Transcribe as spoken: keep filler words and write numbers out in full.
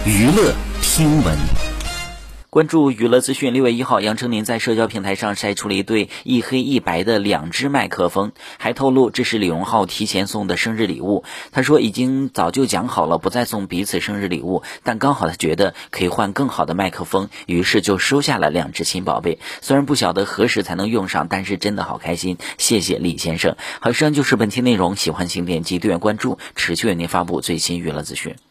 娱乐听闻。 关注娱乐资讯，六月一号，杨丞琳在社交平台上晒出了一对一黑一白的两只麦克风，还透露这是李荣浩提前送的生日礼物。他说已经早就讲好了不再送彼此生日礼物，但刚好他觉得可以换更好的麦克风，于是就收下了两只新宝贝。虽然不晓得何时才能用上，但是真的好开心，谢谢李先生。好，以上就是本期内容，喜欢请点击订阅关注，持续为您发布最新娱乐资讯。